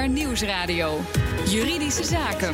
BNR Nieuwsradio. Juridische Zaken.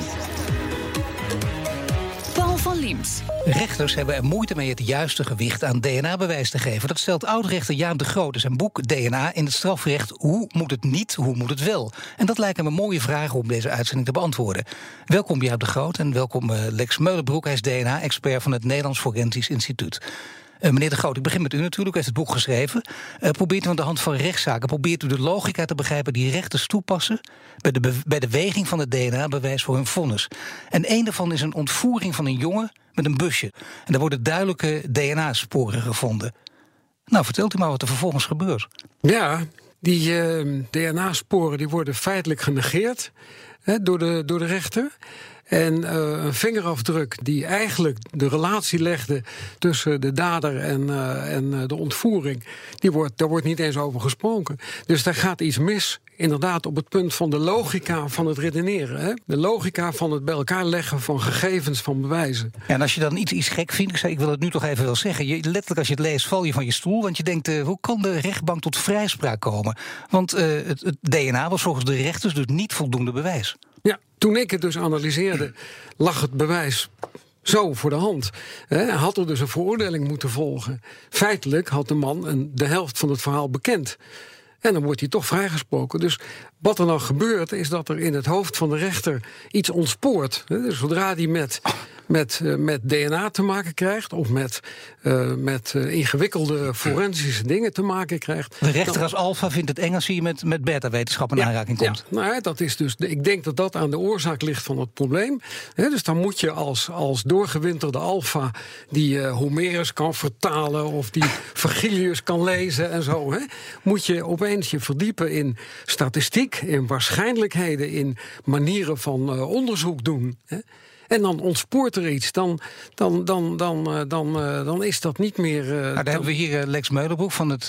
Paul van Liemt. Rechters hebben er moeite mee het juiste gewicht aan DNA-bewijs te geven. Dat stelt oud-rechter Jaap de Groot in zijn boek DNA in het strafrecht. Hoe moet het niet, hoe moet het wel? En dat lijken me mooie vragen om deze uitzending te beantwoorden. Welkom Jaap de Groot en welkom Lex Meulenbroek. Hij is DNA-expert van het Nederlands Forensisch Instituut. Meneer de Groot, ik begin met u natuurlijk. U heeft het boek geschreven. Probeert u aan de hand van rechtszaken probeert u de logica te begrijpen die rechters toepassen bij de weging van het DNA-bewijs voor hun vonnis. En één daarvan is een ontvoering van een jongen met een busje. En daar worden duidelijke DNA-sporen gevonden. Nou, vertelt u maar wat er vervolgens gebeurt. Ja, die DNA-sporen die worden feitelijk genegeerd door de rechter. En een vingerafdruk die eigenlijk de relatie legde tussen de dader en de ontvoering, daar wordt niet eens over gesproken. Dus daar gaat iets mis, inderdaad, op het punt van de logica van het redeneren. Hè? De logica van het bij elkaar leggen van gegevens, van bewijzen. Ja, en als je dan iets gek vindt, ik wil het nu toch even wel zeggen. Letterlijk als je het leest, val je van je stoel. Want je denkt, hoe kan de rechtbank tot vrijspraak komen? Want het DNA was volgens de rechters dus niet voldoende bewijs. Ja, toen ik het dus analyseerde, lag het bewijs zo voor de hand. Had er dus een veroordeling moeten volgen. Feitelijk had de man de helft van het verhaal bekend. En dan wordt hij toch vrijgesproken. Dus wat er nou gebeurt, is dat er in het hoofd van de rechter iets ontspoort. Dus zodra hij met DNA te maken krijgt, of met ingewikkelde forensische dingen te maken krijgt. De rechter als alfa vindt het eng als hij met beta-wetenschap in aanraking komt. Ja, nou, dat is dus. Ik denk dat dat aan de oorzaak ligt van het probleem. Dus dan moet je als doorgewinterde alfa die Homerus kan vertalen of die Virgilius kan lezen en zo, moet je opeens je verdiepen in statistiek, in waarschijnlijkheden, in manieren van onderzoek doen. En dan ontspoort er iets. Dan is dat niet meer. Nou, dan hebben we hier Lex Meulenbroek van het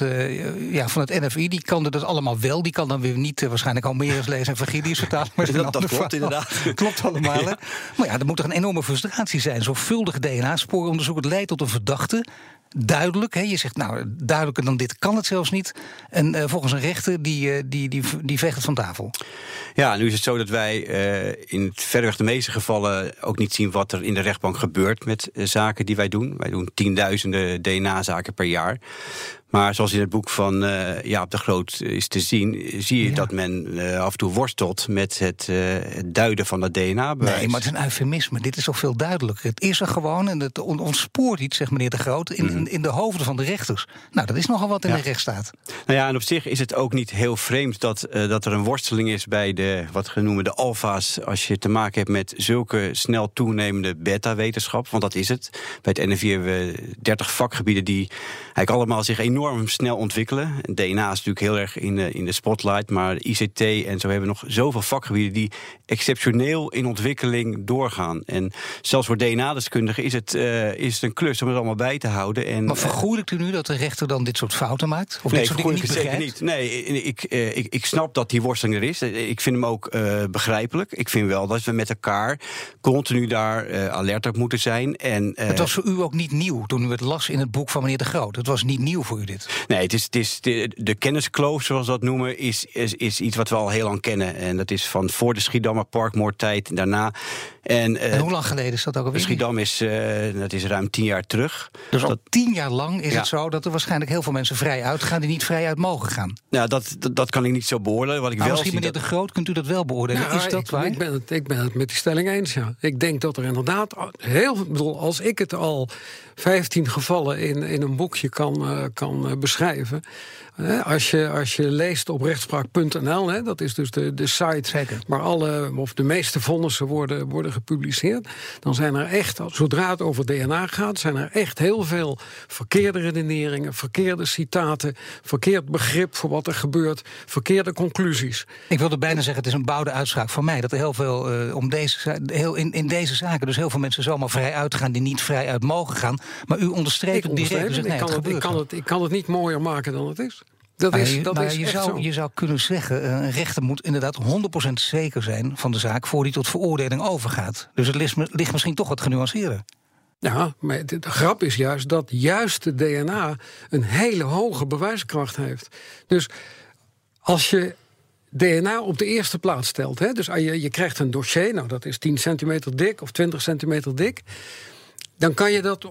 NFI. Die kan dat allemaal wel. Die kan dan weer niet waarschijnlijk Homerus lezen en Virgilius vertalen. Maar dat klopt inderdaad. Klopt allemaal. Ja. Maar ja, er moet toch een enorme frustratie zijn. Zorgvuldig DNA-spooronderzoek. Het leidt tot een verdachte. Duidelijk, je zegt, nou, duidelijker dan dit kan het zelfs niet. En volgens een rechter, die veegt het van tafel. Ja, nu is het zo dat wij in verreweg de meeste gevallen ook niet zien wat er in de rechtbank gebeurt met zaken die wij doen. Wij doen tienduizenden DNA-zaken per jaar. Maar zoals in het boek van Jaap de Groot is te zien, zie je dat men af en toe worstelt met het duiden van dat DNA-bewijs. Nee, maar het is een eufemisme. Dit is toch veel duidelijker. Het is er gewoon en het ontspoort iets, zegt meneer de Groot, in de hoofden van de rechters. Nou, dat is nogal wat in de rechtsstaat. Nou ja, en op zich is het ook niet heel vreemd dat er een worsteling is bij de, wat we noemen de alfa's, als je te maken hebt met zulke snel toenemende beta-wetenschap. Want dat is het. Bij het NFI hebben we 30 vakgebieden die eigenlijk allemaal zich enorm snel ontwikkelen. DNA is natuurlijk heel erg in de spotlight, maar ICT en zo hebben we nog zoveel vakgebieden die exceptioneel in ontwikkeling doorgaan. En zelfs voor DNA-deskundigen is het een klus om het allemaal bij te houden. En, maar vergoeilijkt u nu dat de rechter dan dit soort fouten maakt? Of nee, dit soort dingen niet zeker niet. Nee, ik snap dat die worsteling er is. Ik vind hem ook begrijpelijk. Ik vind wel dat we met elkaar continu daar alert op moeten zijn. En, het was voor u ook niet nieuw toen u het las in het boek van meneer de Groot. Het was niet nieuw voor u dit. Nee, het is de kenniskloof, zoals we dat noemen, is iets wat we al heel lang kennen. En dat is van voor de Schiedammer parkmoordtijd, daarna. En hoe lang geleden is dat ook alweer? Schiedam dat is ruim 10 jaar terug. Dus al 10 jaar lang is het zo dat er waarschijnlijk heel veel mensen vrij uitgaan die niet vrij uit mogen gaan. Nou, dat kan ik niet zo beoordelen. Wat ik wel misschien zie meneer de Groot, kunt u dat wel beoordelen? Ja, is dat waar? Ik ben het met die stelling eens, ja. Ik denk dat er inderdaad als ik het al 15 gevallen in een boekje kan beschrijven. Als je leest op rechtspraak.nl, dat is dus de site Zeker. waar de meeste vonnissen worden gepubliceerd, dan zijn er echt, zodra het over DNA gaat, zijn er echt heel veel verkeerde redeneringen, verkeerde citaten, verkeerd begrip voor wat er gebeurt, verkeerde conclusies. Ik wilde bijna zeggen, het is een bouwde uitspraak van mij, dat er heel veel in deze zaken dus heel veel mensen zomaar vrij uitgaan die niet vrij uit mogen gaan. Maar u onderstreept het direct. Dus ik kan het niet mooier maken dan het is. Je zou kunnen zeggen, een rechter moet inderdaad 100% zeker zijn van de zaak voor die tot veroordeling overgaat. Dus het ligt misschien toch wat genuanceerder. Ja, maar de grap is juist dat juist de DNA een hele hoge bewijskracht heeft. Dus als je DNA op de eerste plaats stelt. Hè? Dus je krijgt een dossier, nou dat is 10 centimeter dik of 20 centimeter dik. Dan kan je dat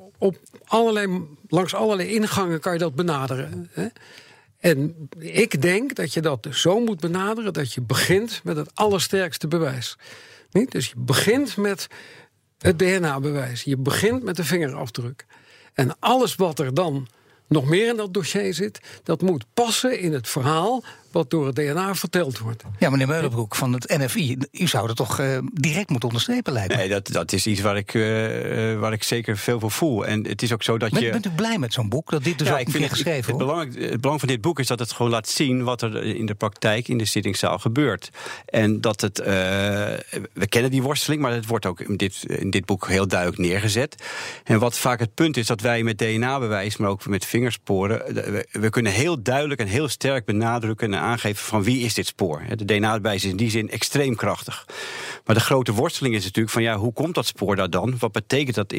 langs allerlei ingangen kan je dat benaderen. Hè? En ik denk dat je dat dus zo moet benaderen dat je begint met het allersterkste bewijs. Niet? Dus je begint met het DNA-bewijs. Je begint met de vingerafdruk. En alles wat er dan nog meer in dat dossier zit, dat moet passen in het verhaal wat door het DNA verteld wordt. Ja, meneer Meulenbroek van het NFI, u zou dat toch direct moeten onderstrepen, lijkt me. Nee, dat is iets waar ik zeker veel voor voel. En het is ook zo dat Bent u blij met zo'n boek, dat dit dus ook een keer geschreven wordt? Het belang van dit boek is dat het gewoon laat zien wat er in de praktijk, in de zittingszaal gebeurt. En dat het, we kennen die worsteling, maar het wordt ook in dit boek heel duidelijk neergezet. En wat vaak het punt is, dat wij met DNA-bewijs, maar ook met vingersporen, we kunnen heel duidelijk en heel sterk benadrukken en aangeven van wie is dit spoor. De DNA-bewijs is in die zin extreem krachtig. Maar de grote worsteling is natuurlijk van hoe komt dat spoor daar dan? Wat betekent dat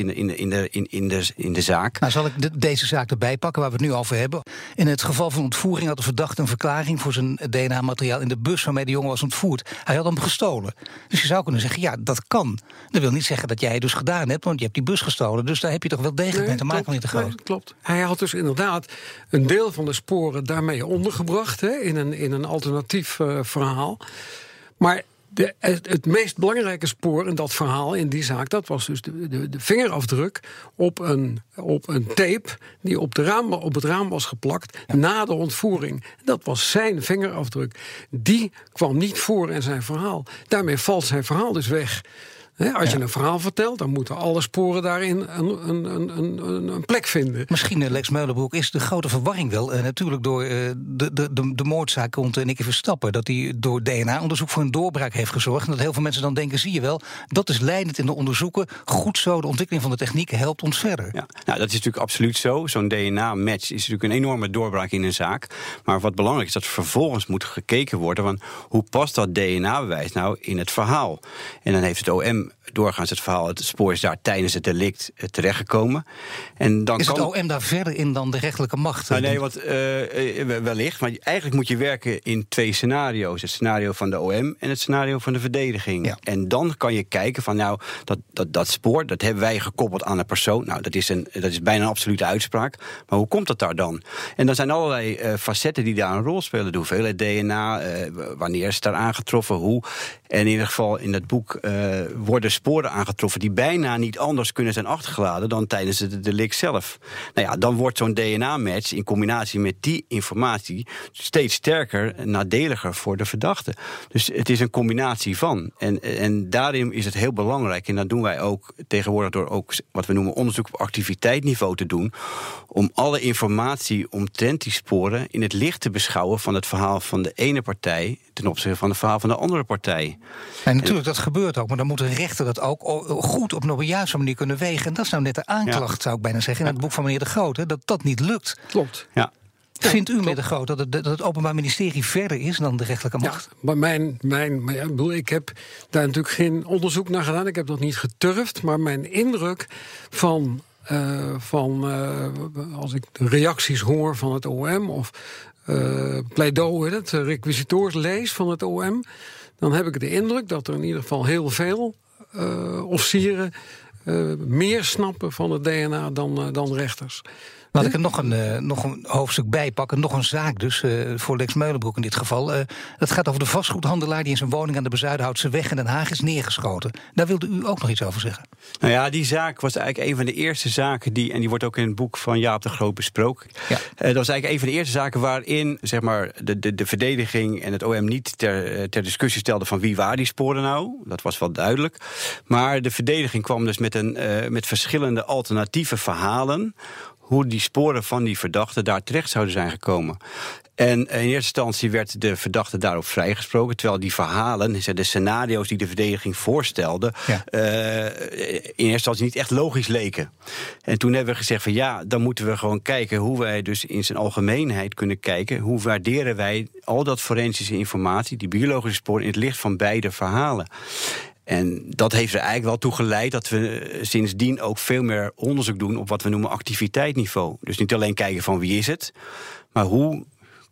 in de zaak? Nou, zal ik deze zaak erbij pakken waar we het nu over hebben. In het geval van ontvoering had de verdachte een verklaring voor zijn DNA-materiaal in de bus waarmee de jongen was ontvoerd. Hij had hem gestolen. Dus je zou kunnen zeggen, ja, dat kan. Dat wil niet zeggen dat jij het dus gedaan hebt, want je hebt die bus gestolen. Dus daar heb je toch wel degelijk mee te maken, niet te groot. Nee, klopt. Hij had dus inderdaad een deel van de sporen daarmee ondergebracht, hè, in een alternatief verhaal. Maar het meest belangrijke spoor in dat verhaal, in die zaak, dat was dus de vingerafdruk op een tape die op het raam was geplakt na de ontvoering. Dat was zijn vingerafdruk. Die kwam niet voor in zijn verhaal. Daarmee valt zijn verhaal dus weg. Als je een verhaal vertelt, dan moeten alle sporen daarin een plek vinden. Misschien, Lex Meulenbroek, is de grote verwarring wel natuurlijk door de moordzaak rond Nicky Verstappen. Dat hij door DNA-onderzoek voor een doorbraak heeft gezorgd. En dat heel veel mensen dan denken, zie je wel, dat is leidend in de onderzoeken. Goed zo, de ontwikkeling van de techniek helpt ons verder. Ja, nou, dat is natuurlijk absoluut zo. Zo'n DNA-match is natuurlijk een enorme doorbraak in een zaak. Maar wat belangrijk is, dat vervolgens moet gekeken worden van hoe past dat DNA-bewijs nou in het verhaal. En dan heeft het OM doorgaans het verhaal, het spoor is daar tijdens het delict terechtgekomen. En dan is het OM daar verder in dan de rechterlijke macht? Nee, wellicht. Maar eigenlijk moet je werken in 2 scenario's. Het scenario van de OM en het scenario van de verdediging. Ja. En dan kan je kijken van dat spoor, dat hebben wij gekoppeld aan een persoon. Nou, dat is bijna een absolute uitspraak. Maar hoe komt dat daar dan? En dan zijn allerlei facetten die daar een rol spelen. De hoeveelheid DNA, wanneer is het daar aangetroffen, hoe. En in ieder geval in dat boek worden sporen aangetroffen die bijna niet anders kunnen zijn achtergelaten dan tijdens het delict zelf. Nou ja, dan wordt zo'n DNA-match in combinatie met die informatie steeds sterker en nadeliger voor de verdachte. Dus het is een combinatie van. En daarin is het heel belangrijk, en dat doen wij ook tegenwoordig door ook wat we noemen onderzoek op activiteitsniveau te doen, om alle informatie omtrent die sporen in het licht te beschouwen van het verhaal van de ene partij ten opzichte van het verhaal van de andere partij. En natuurlijk, dat gebeurt ook, maar dan moet een rechter dat ook goed op een juiste manier kunnen wegen. En dat is nou net de aanklacht, zou ik bijna zeggen, in het boek van meneer De Groot, dat niet lukt. Klopt. Ja. Vindt u, meneer De Groot, dat het Openbaar Ministerie verder is dan de rechterlijke macht? Ja, maar ik heb daar natuurlijk geen onderzoek naar gedaan. Ik heb dat niet geturfd. Maar mijn indruk van als ik de reacties hoor van het OM of pleidooi, het requisitoors lees van het OM, dan heb ik de indruk dat er in ieder geval heel veel officieren meer snappen van het DNA dan rechters. Laat ik er nog een hoofdstuk bij pakken. Nog een zaak dus, voor Lex Meulenbroek in dit geval. Het gaat over de vastgoedhandelaar die in zijn woning aan de Bezuidenhoutse in Den Haag is neergeschoten. Daar wilde u ook nog iets over zeggen. Nou ja, die zaak was eigenlijk een van de eerste zaken en die wordt ook in het boek van Jaap de Groot besproken. Ja. Dat was eigenlijk een van de eerste zaken waarin zeg maar, de verdediging en het OM niet ter discussie stelden van wie waren die sporen nou. Dat was wel duidelijk. Maar de verdediging kwam dus met verschillende alternatieve verhalen hoe die sporen van die verdachte daar terecht zouden zijn gekomen. En in eerste instantie werd de verdachte daarop vrijgesproken, terwijl die verhalen, de scenario's die de verdediging voorstelde, in eerste instantie niet echt logisch leken. En toen hebben we gezegd van dan moeten we gewoon kijken hoe wij dus in zijn algemeenheid kunnen kijken, hoe waarderen wij al dat forensische informatie, die biologische sporen, in het licht van beide verhalen. En dat heeft er eigenlijk wel toe geleid dat we sindsdien ook veel meer onderzoek doen op wat we noemen activiteitsniveau. Dus niet alleen kijken van wie is het, maar hoe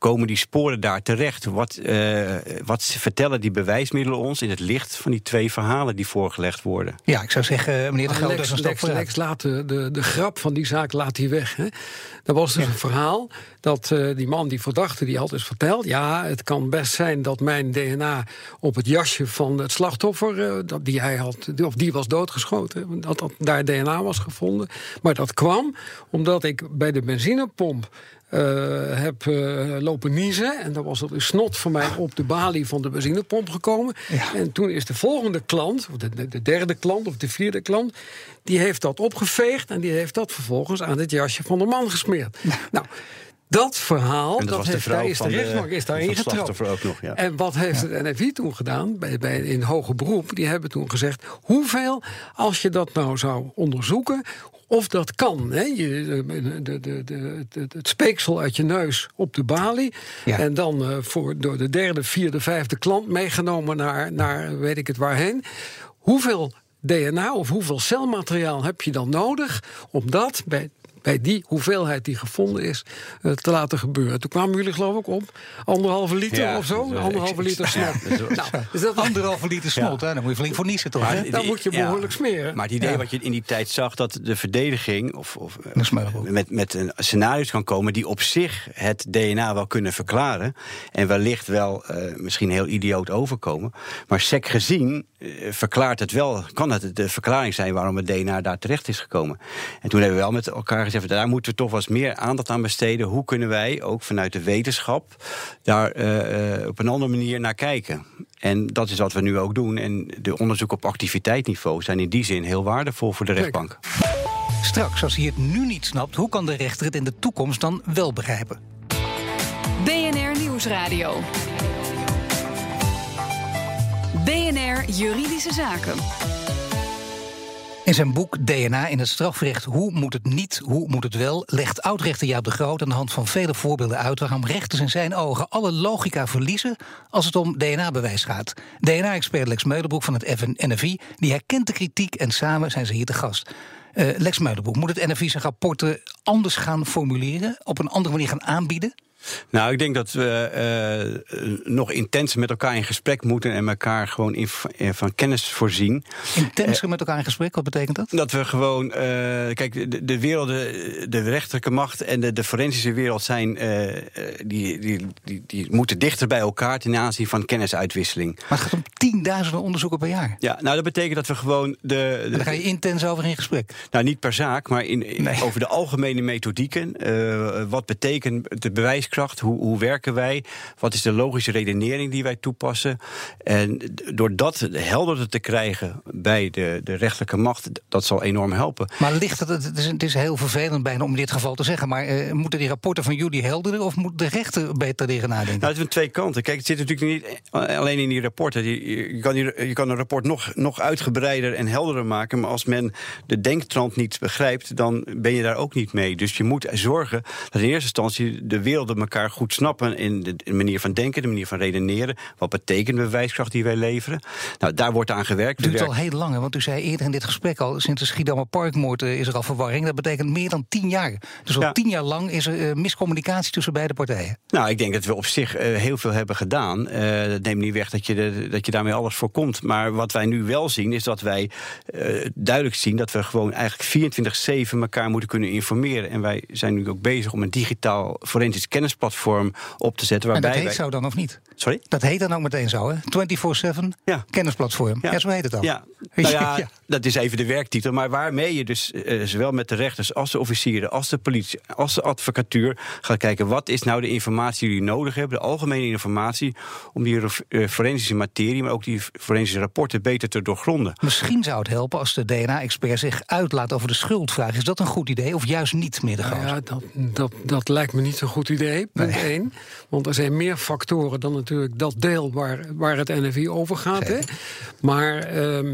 komen die sporen daar terecht? Wat vertellen die bewijsmiddelen ons in het licht van die 2 verhalen die voorgelegd worden? Ja, ik zou zeggen, meneer de Groot, dat is een stap vooruit. Lex laat de grap van die zaak laat hij weg. Hè? Er was dus een verhaal dat die man, die verdachte, die had dus verteld... ja, het kan best zijn dat mijn DNA op het jasje van het slachtoffer... die hij had, of die was doodgeschoten, dat daar DNA was gevonden. Maar dat kwam omdat ik bij de benzinepomp... heb lopen niezen. En dan was er een snot van mij op de balie van de benzinepomp gekomen. Ja. En toen is de volgende klant, of de derde klant of de vierde klant... die heeft dat opgeveegd en die heeft dat vervolgens aan het jasje van de man gesmeerd. Nou, dat verhaal, daar is de rechtbank daarin getrapt. Ja. En wat heeft het NFI toen gedaan, in hoger beroep? Die hebben toen gezegd, hoeveel, als je dat nou zou onderzoeken... of dat kan, hè? Het speeksel uit je neus op de balie... Ja. En dan door de derde, vierde, vijfde klant... meegenomen naar weet ik het waarheen. Hoeveel DNA of hoeveel celmateriaal heb je dan nodig... om dat bij die hoeveelheid die gevonden is, te laten gebeuren. Toen kwamen jullie geloof ik op 1,5 liter of zo. 1,5 liter snot. Dus dat 1,5 liter snot, hè? Dan moet je flink voor niezen toch? Dan moet je behoorlijk smeren. Maar het idee wat je in die tijd zag, dat de verdediging met een scenario's kan komen die op zich het DNA wel kunnen verklaren. En wellicht wel misschien heel idioot overkomen. Maar sec gezien verklaart het wel, kan het de verklaring zijn waarom het DNA daar terecht is gekomen. En toen hebben we wel met elkaar gezegd, daar moeten we toch wel eens meer aandacht aan besteden. Hoe kunnen wij, ook vanuit de wetenschap, daar op een andere manier naar kijken? En dat is wat we nu ook doen. En de onderzoeken op activiteitsniveau zijn in die zin heel waardevol voor de rechtbank. Straks, als hij het nu niet snapt, hoe kan de rechter het in de toekomst dan wel begrijpen? BNR Nieuwsradio. BNR Juridische Zaken. In zijn boek DNA in het strafrecht, hoe moet het niet, hoe moet het wel... legt oud-rechter Jaap de Groot aan de hand van vele voorbeelden uit... waarom rechters in zijn ogen alle logica verliezen als het om DNA-bewijs gaat. DNA-expert Lex Meulenbroek van het NFI, die herkent de kritiek... en samen zijn ze hier te gast. Lex Meulenbroek, moet het NFI zijn rapporten anders gaan formuleren... op een andere manier gaan aanbieden? Nou, ik denk dat we nog intenser met elkaar in gesprek moeten... en elkaar gewoon van kennis voorzien. Intenser met elkaar in gesprek, wat betekent dat? Dat we gewoon... kijk, de werelden, de rechterlijke macht en de forensische wereld zijn... die moeten dichter bij elkaar ten aanzien van kennisuitwisseling. Maar het gaat om 10.000 onderzoeken per jaar. Ja, nou, dat betekent dat we gewoon... Daar ga je intens over in gesprek? Nou, niet per zaak, maar over de algemene methodieken. Wat betekent de bewijskracht? Hoe werken wij? Wat is de logische redenering die wij toepassen? En door dat helderder te krijgen bij de rechterlijke macht, dat zal enorm helpen. Maar ligt het is heel vervelend bijna om in dit geval te zeggen, maar moeten die rapporten van jullie helderder of moet de rechter beter leren nadenken? Nou, het is van twee kanten. Kijk, het zit natuurlijk niet alleen in die rapporten. Je kan een rapport nog uitgebreider en helderder maken, maar als men de denktrand niet begrijpt, dan ben je daar ook niet mee. Dus je moet zorgen dat in eerste instantie de werelden elkaar goed snappen in de manier van denken, de manier van redeneren. Wat betekent de bewijskracht die wij leveren? Nou, daar wordt aan gewerkt. Het duurt al heel lang, want u zei eerder in dit gesprek al, sinds de Schiedammer Parkmoord is er al verwarring. Dat betekent meer dan 10 jaar. Dus al 10 jaar lang is er miscommunicatie tussen beide partijen. Nou, ik denk dat we op zich heel veel hebben gedaan. Dat neemt niet weg dat je daarmee alles voorkomt. Maar wat wij nu wel zien, is dat wij duidelijk zien dat we gewoon eigenlijk 24/7 elkaar moeten kunnen informeren. En wij zijn nu ook bezig om een digitaal forensisch kennisplatform op te zetten. Waarbij dat heet zo dan of niet? Sorry? Dat heet dan ook meteen zo, hè? 24/7 kennisplatform. Ja, zo heet het dan. Ja. Nou ja, dat is even de werktitel. Maar waarmee je dus zowel met de rechters als de officieren, als de politie, als de advocatuur gaat kijken, wat is nou de informatie die jullie nodig hebben, de algemene informatie, om die forensische materie, maar ook die forensische rapporten beter te doorgronden. Misschien zou het helpen als de DNA-expert zich uitlaat over de schuldvraag. Is dat een goed idee of juist niet, meneer de Groot? Ja, dat lijkt me niet zo'n goed idee, punt 1. Want er zijn meer factoren dan natuurlijk dat deel waar het NFI over gaat. Hè? Maar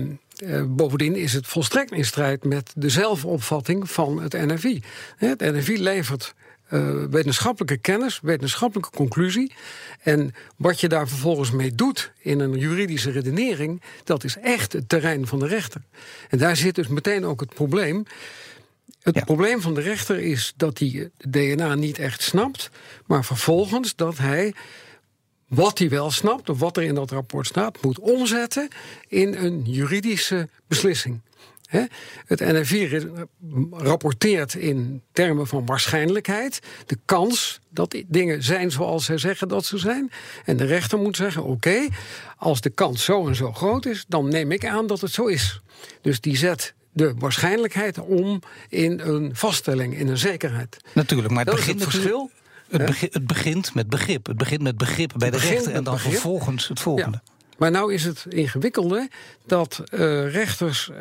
bovendien is het volstrekt in strijd met de zelfopvatting van het NFI. Het NFI levert wetenschappelijke kennis, wetenschappelijke conclusie. En wat je daar vervolgens mee doet in een juridische redenering, dat is echt het terrein van de rechter. En daar zit dus meteen ook het probleem. Het probleem van de rechter is dat hij DNA niet echt snapt, maar vervolgens dat hij wat hij wel snapt, of wat er in dat rapport staat, moet omzetten in een juridische beslissing. Het NFI rapporteert in termen van waarschijnlijkheid de kans dat dingen zijn zoals zij zeggen dat ze zijn. En de rechter moet zeggen, oké, als de kans zo en zo groot is, dan neem ik aan dat het zo is. Dus die zet de waarschijnlijkheid om in een vaststelling, in een zekerheid. Natuurlijk, maar dat is het verschil. Het begint met begrip. Het begint met begrip bij de rechter en dan vervolgens het volgende. Ja. Maar nou is het ingewikkelde dat rechters,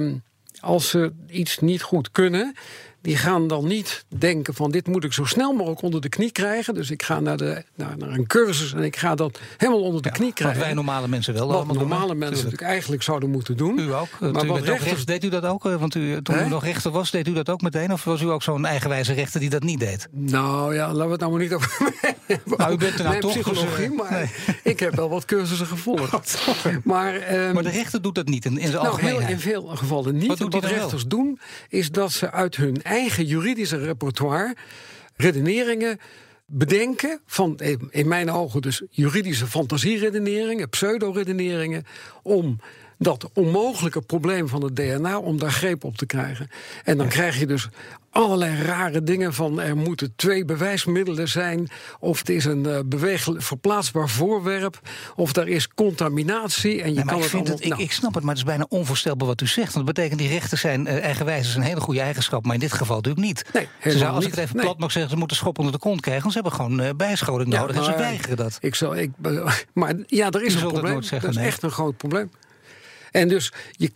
als ze iets niet goed kunnen, die gaan dan niet denken van dit moet ik zo snel mogelijk onder de knie krijgen. Dus ik ga naar een cursus en ik ga dat helemaal onder de knie krijgen. Wat wij normale mensen wel wat normale mensen natuurlijk eigenlijk zouden moeten doen. U ook? Maar wat rechters... Deed u dat ook? Want toen u nog rechter was, deed u dat ook meteen? Of was u ook zo'n eigenwijze rechter die dat niet deed? Nou ja, laten we het nou maar niet over u bent er nou toch psychologie, maar ik heb wel wat cursussen gevolgd. Maar de rechter doet dat niet in zijn algemeenheid? In veel gevallen niet. Wat rechters doen, is dat ze uit hun eigen juridische repertoire redeneringen bedenken van, in mijn ogen dus juridische fantasieredeneringen, pseudo-redeneringen, om dat onmogelijke probleem van het DNA, om daar greep op te krijgen. En dan krijg je dus allerlei rare dingen van er moeten 2 bewijsmiddelen zijn, of het is een verplaatsbaar voorwerp, of er is contaminatie. En je kan ik snap het, maar het is bijna onvoorstelbaar wat u zegt. Want dat betekent die rechters zijn eigenwijs is een hele goede eigenschap, maar in dit geval natuurlijk niet. Nee, als ik het even plat mag zeggen, ze moeten schop onder de kont krijgen, want ze hebben gewoon bijscholing nodig en ze weigeren dat. Maar ja, er is een probleem. Dat is echt een groot probleem. En dus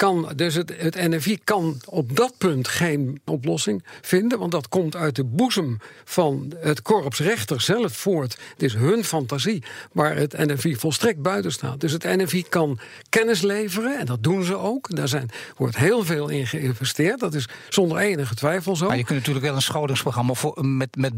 het NFI kan op dat punt geen oplossing vinden, want dat komt uit de boezem van het korps rechters zelf voort. Het is hun fantasie waar het NFI volstrekt buiten staat. Dus het NFI kan kennis leveren, en dat doen ze ook. Daar wordt heel veel in geïnvesteerd. Dat is zonder enige twijfel zo. Maar je kunt natuurlijk wel een scholingsprogramma met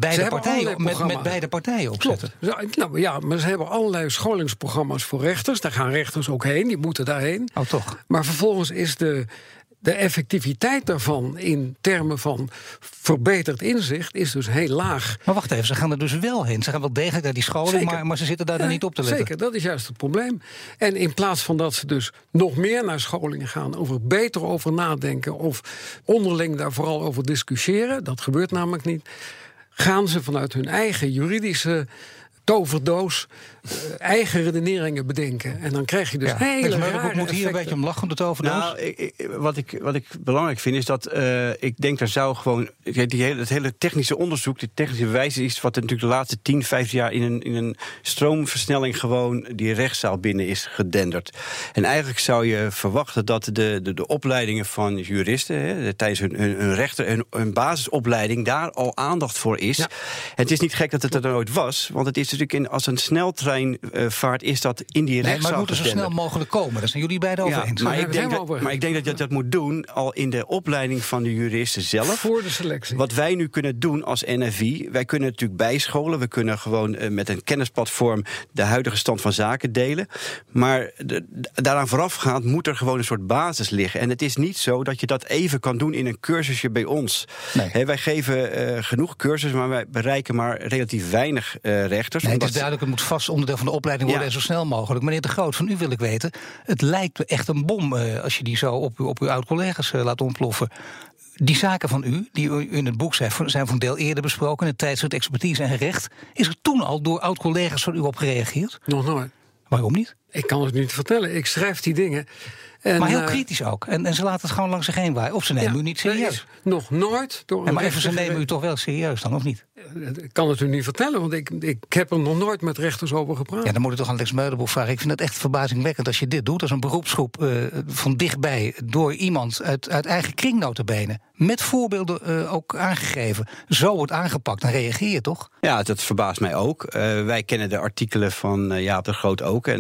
beide partijen opzetten. Klopt. Nou ja, maar ze hebben allerlei scholingsprogramma's voor rechters. Daar gaan rechters ook heen, die moeten daarheen. Oh, toch? Maar vervolgens is de effectiviteit daarvan in termen van verbeterd inzicht is dus heel laag. Maar wacht even, ze gaan er dus wel heen. Ze gaan wel degelijk naar die scholing, maar ze zitten daar dan niet op te letten. Zeker, dat is juist het probleem. En in plaats van dat ze dus nog meer naar scholingen gaan, beter over nadenken of onderling daar vooral over discussiëren, dat gebeurt namelijk niet, gaan ze vanuit hun eigen juridische toverdoos eigen redeneringen bedenken. En dan krijg je dus hele rare ik moet hier een beetje om lachen om de toverdoos. Nou, wat ik belangrijk vind is dat ik denk er zou gewoon het hele technische onderzoek, die technische bewijs is wat er natuurlijk de laatste 10, 15 jaar in een stroomversnelling gewoon die rechtszaal binnen is gedenderd. En eigenlijk zou je verwachten dat de opleidingen van juristen tijdens hun rechter, hun basisopleiding daar al aandacht voor is. Ja. En het is niet gek dat het er nooit was, want het is natuurlijk als een sneltreinvaart is dat in die rechtszaal. Maar het moet er zo snel mogelijk komen. Daar zijn jullie beiden over eens. Maar ik denk dat je dat moet doen al in de opleiding van de juristen zelf. Voor de selectie. Wat wij nu kunnen doen als NFI, wij kunnen natuurlijk bijscholen. We kunnen gewoon met een kennisplatform de huidige stand van zaken delen. Maar daaraan voorafgaand moet er gewoon een soort basis liggen. En het is niet zo dat je dat even kan doen in een cursusje bij ons. Nee. Wij geven genoeg cursussen, maar wij bereiken maar relatief weinig rechters. Nee, het is duidelijk, het moet vast onderdeel van de opleiding worden en zo snel mogelijk. Meneer De Groot, van u wil ik weten, het lijkt me echt een bom als je die zo op uw oud-collega's laat ontploffen. Die zaken van u, die u in het boek zijn voor een deel eerder besproken in het tijdschrift Expertise en Recht. Is er toen al door oud-collega's van u op gereageerd? Nog nooit. Waarom niet? Ik kan het niet vertellen. Ik schrijf die dingen. Maar heel kritisch ook. En ze laten het gewoon langs zich heen waaien. Of ze nemen u niet serieus. Nog nooit door maar even, ze nemen u toch wel serieus dan, of niet? Ik kan het u niet vertellen, want ik heb er nog nooit met rechters over gepraat. Ja, dan moet ik toch aan Lex Meulenboek vragen. Ik vind het echt verbazingwekkend als je dit doet als een beroepsgroep van dichtbij door iemand uit eigen kring nota bene. Met voorbeelden ook aangegeven. Zo wordt aangepakt, dan reageer je toch? Ja, dat verbaast mij ook. Wij kennen de artikelen van Jaap de Groot ook. En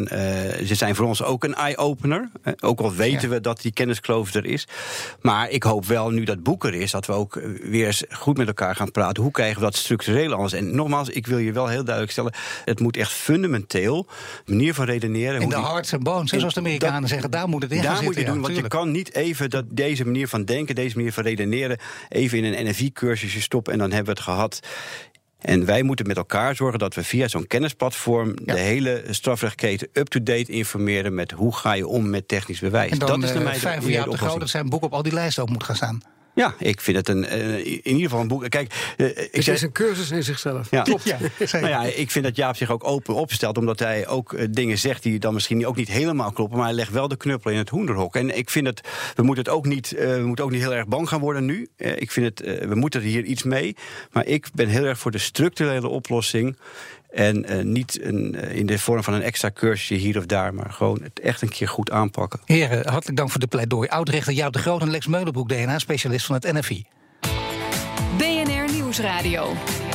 ze zijn voor ons ook een eye-opener. Ook al weten we dat die kenniskloof er is. Maar ik hoop wel, nu dat boek er is, dat we ook weer eens goed met elkaar gaan praten. Hoe krijgen we dat structureel anders? En nogmaals, ik wil je wel heel duidelijk stellen, het moet echt fundamenteel, manier van redeneren. In de hearts and bones, zoals de Amerikanen zeggen, daar moet het in gaan zitten. Daar moet je doen, want je kan niet even deze manier van denken, deze manier van redeneren, even in een NFI-cursusje stoppen en dan hebben we het gehad. En wij moeten met elkaar zorgen dat we via zo'n kennisplatform de hele strafrechtketen up-to-date informeren met hoe ga je om met technisch bewijs. En dan dat is de Fijn voor jou te groot dat zijn boek op al die lijsten ook moet gaan staan. Ja, ik vind het in ieder geval een boek. Kijk, het is een cursus in zichzelf. Ja. Klopt. Ja, nou ja, ik vind dat Jaap zich ook open opstelt, omdat hij ook dingen zegt die dan misschien ook niet helemaal kloppen, maar hij legt wel de knuppel in het hoenderhok. En ik vind het, we moeten ook niet heel erg bang gaan worden nu. Ik vind het, we moeten er hier iets mee. Maar ik ben heel erg voor de structurele oplossing. En niet in de vorm van een extra cursusje hier of daar, maar gewoon het echt een keer goed aanpakken. Heren, hartelijk dank voor de pleidooi. Oud-rechter Jaap de Groot en Lex Meulenbroek, DNA-specialist van het NFI. BNR Nieuwsradio.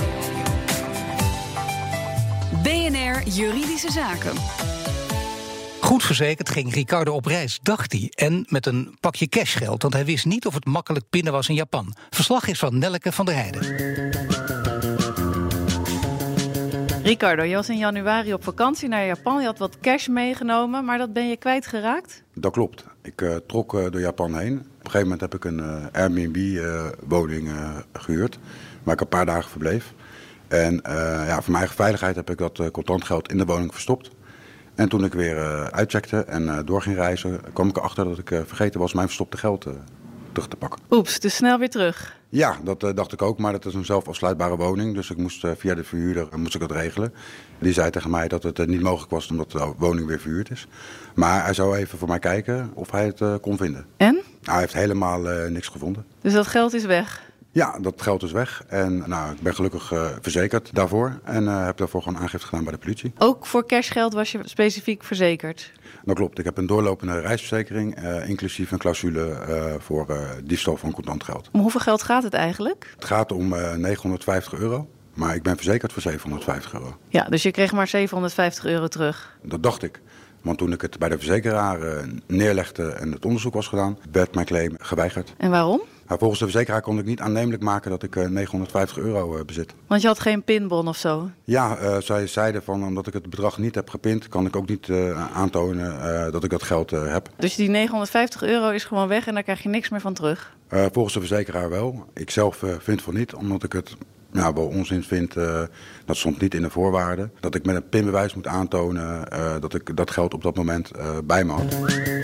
BNR Juridische Zaken. Goed verzekerd ging Ricardo op reis, dacht hij. En met een pakje cashgeld, want hij wist niet of het makkelijk pinnen was in Japan. Verslag is van Nelleke van der Heijden. Ricardo, je was in januari op vakantie naar Japan. Je had wat cash meegenomen, maar dat ben je kwijtgeraakt? Dat klopt. Ik trok door Japan heen. Op een gegeven moment heb ik een Airbnb-woning gehuurd, waar ik een paar dagen verbleef. En voor mijn eigen veiligheid heb ik dat contant geld in de woning verstopt. En toen ik weer uitcheckte en door ging reizen, kwam ik erachter dat ik vergeten was mijn verstopte geld terug te pakken. Oeps, dus snel weer terug. Ja, dat dacht ik ook, maar dat is een zelfafsluitbare woning. Dus ik moest via de verhuurder dat regelen. Die zei tegen mij dat het niet mogelijk was omdat de woning weer verhuurd is. Maar hij zou even voor mij kijken of hij het kon vinden. En? Nou, hij heeft helemaal niks gevonden. Dus dat geld is weg? Ja, dat geld is weg. En ik ben gelukkig verzekerd daarvoor. En heb daarvoor gewoon aangifte gedaan bij de politie. Ook voor cashgeld was je specifiek verzekerd? Dat klopt. Ik heb een doorlopende reisverzekering, inclusief een clausule voor diefstal van contant geld. Om hoeveel geld gaat het eigenlijk? Het gaat om €950, maar ik ben verzekerd voor €750. Ja, dus je kreeg maar €750 terug? Dat dacht ik. Want toen ik het bij de verzekeraar neerlegde en het onderzoek was gedaan, werd mijn claim geweigerd. En waarom? Volgens de verzekeraar kon ik niet aannemelijk maken dat ik €950 bezit. Want je had geen pinbon of zo? Ja, zij zeiden van omdat ik het bedrag niet heb gepind, kan ik ook niet aantonen dat ik dat geld heb. Dus die €950 is gewoon weg en daar krijg je niks meer van terug? Volgens de verzekeraar wel. Ik zelf vind van niet, omdat ik het wel onzin vind. Dat stond niet in de voorwaarden. Dat ik met een pinbewijs moet aantonen dat ik dat geld op dat moment bij me had.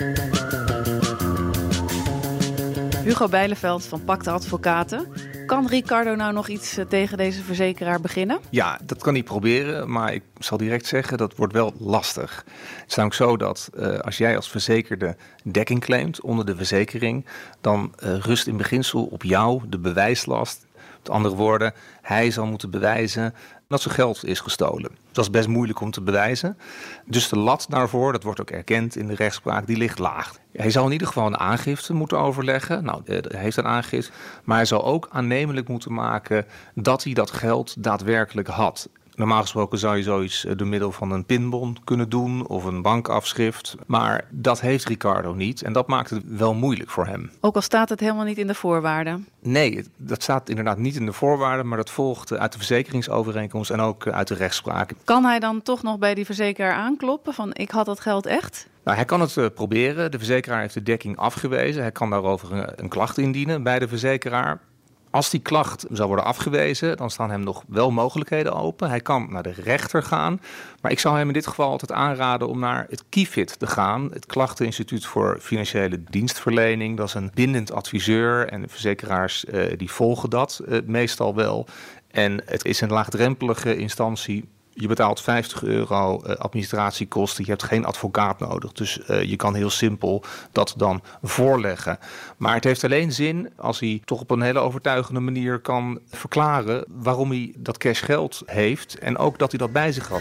Hugo Bijleveld van Pacta Advocaten. Kan Ricardo nou nog iets tegen deze verzekeraar beginnen? Ja, dat kan hij proberen, maar ik zal direct zeggen, dat wordt wel lastig. Het is namelijk zo dat als jij als verzekerde dekking claimt onder de verzekering, dan rust in beginsel op jou de bewijslast. Met andere woorden, hij zal moeten bewijzen dat zijn geld is gestolen. Dat is best moeilijk om te bewijzen. Dus de lat daarvoor, dat wordt ook erkend in de rechtspraak, die ligt laag. Hij zal in ieder geval een aangifte moeten overleggen. Nou, hij heeft een aangifte. Maar hij zal ook aannemelijk moeten maken dat hij dat geld daadwerkelijk had. Normaal gesproken zou je zoiets door middel van een pinbon kunnen doen of een bankafschrift. Maar dat heeft Ricardo niet en dat maakt het wel moeilijk voor hem. Ook al staat het helemaal niet in de voorwaarden? Nee, dat staat inderdaad niet in de voorwaarden, maar dat volgt uit de verzekeringsovereenkomst en ook uit de rechtspraak. Kan hij dan toch nog bij die verzekeraar aankloppen van ik had dat geld echt? Nou, hij kan het proberen. De verzekeraar heeft de dekking afgewezen. Hij kan daarover een klacht indienen bij de verzekeraar. Als die klacht zou worden afgewezen, dan staan hem nog wel mogelijkheden open. Hij kan naar de rechter gaan. Maar ik zou hem in dit geval altijd aanraden om naar het KIFID te gaan. Het Klachteninstituut voor Financiële Dienstverlening. Dat is een bindend adviseur en de verzekeraars die volgen dat meestal wel. En het is een laagdrempelige instantie. Je betaalt €50 administratiekosten. Je hebt geen advocaat nodig. Dus je kan heel simpel dat dan voorleggen. Maar het heeft alleen zin als hij toch op een hele overtuigende manier kan verklaren waarom hij dat cashgeld heeft. En ook dat hij dat bij zich had.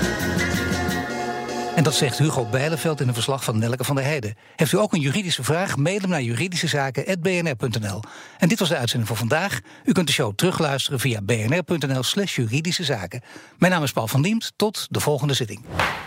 En dat zegt Hugo Bijleveld in een verslag van Nelleke van der Heijden. Heeft u ook een juridische vraag? Mail hem naar juridischezaken@bnr.nl. En dit was de uitzending voor vandaag. U kunt de show terugluisteren via bnr.nl/juridische zaken. Mijn naam is Paul van Diemt. Tot de volgende zitting.